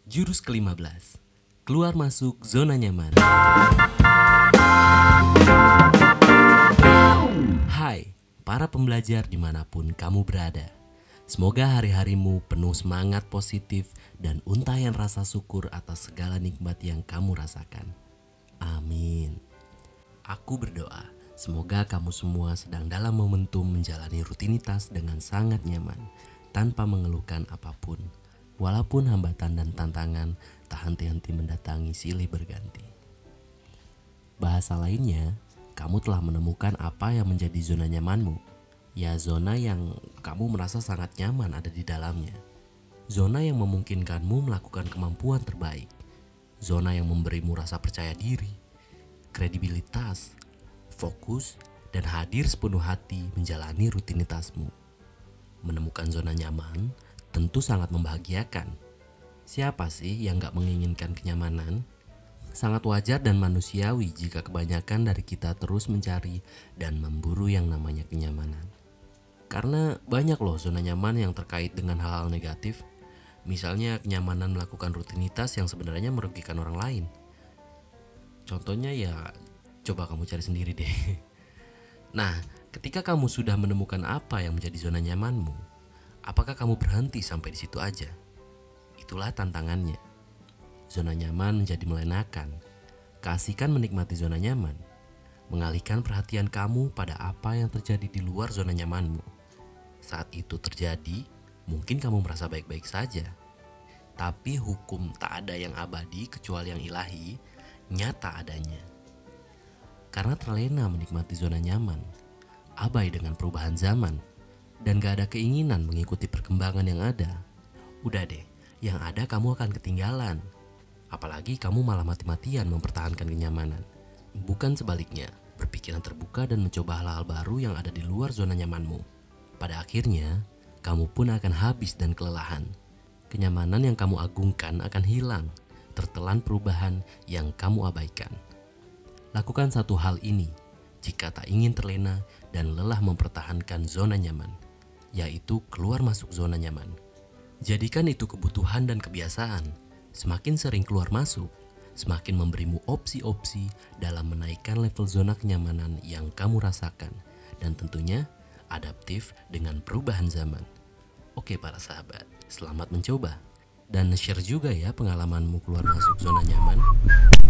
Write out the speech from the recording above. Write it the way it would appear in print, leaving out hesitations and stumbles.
Jurus ke-15, keluar masuk zona nyaman. Hai, para pembelajar dimanapun kamu berada. Semoga hari-harimu penuh semangat positif dan untayan rasa syukur atas segala nikmat yang kamu rasakan. Amin. Aku berdoa, semoga kamu semua sedang dalam momentum menjalani rutinitas dengan sangat nyaman, tanpa mengeluhkan apapun. Walaupun hambatan dan tantangan tak henti-henti mendatangi silih berganti. Bahasa lainnya, kamu telah menemukan apa yang menjadi zona nyamanmu. Ya, zona yang kamu merasa sangat nyaman ada di dalamnya. Zona yang memungkinkanmu melakukan kemampuan terbaik. Zona yang memberimu rasa percaya diri, kredibilitas, fokus, dan hadir sepenuh hati menjalani rutinitasmu. Menemukan zona nyaman tentu sangat membahagiakan. Siapa sih yang gak menginginkan kenyamanan? Sangat wajar dan manusiawi jika kebanyakan dari kita terus mencari dan memburu yang namanya kenyamanan. Karena banyak loh zona nyaman yang terkait dengan hal-hal negatif. Misalnya kenyamanan melakukan rutinitas yang sebenarnya merugikan orang lain. Contohnya ya, coba kamu cari sendiri deh. Nah, ketika kamu sudah menemukan apa yang menjadi zona nyamanmu, apakah kamu berhenti sampai di situ aja? Itulah tantangannya. Zona nyaman menjadi melenakan. Keasikan menikmati zona nyaman, mengalihkan perhatian kamu pada apa yang terjadi di luar zona nyamanmu. Saat itu terjadi, mungkin kamu merasa baik-baik saja. Tapi hukum tak ada yang abadi kecuali yang ilahi, nyata adanya. Karena terlena menikmati zona nyaman, abai dengan perubahan zaman, dan gak ada keinginan mengikuti perkembangan yang ada, udah deh, yang ada kamu akan ketinggalan. Apalagi kamu malah mati-matian mempertahankan kenyamanan. Bukan sebaliknya, berpikiran terbuka dan mencoba hal-hal baru yang ada di luar zona nyamanmu. Pada akhirnya, kamu pun akan habis dan kelelahan. Kenyamanan yang kamu agungkan akan hilang, tertelan perubahan yang kamu abaikan. Lakukan satu hal ini jika tak ingin terlena dan lelah mempertahankan zona nyaman, yaitu keluar masuk zona nyaman. Jadikan itu kebutuhan dan kebiasaan. Semakin sering keluar masuk, semakin memberimu opsi-opsi dalam menaikkan level zona kenyamanan yang kamu rasakan, dan tentunya adaptif dengan perubahan zaman. Oke para sahabat, selamat mencoba dan share juga ya pengalamanmu keluar masuk zona nyaman.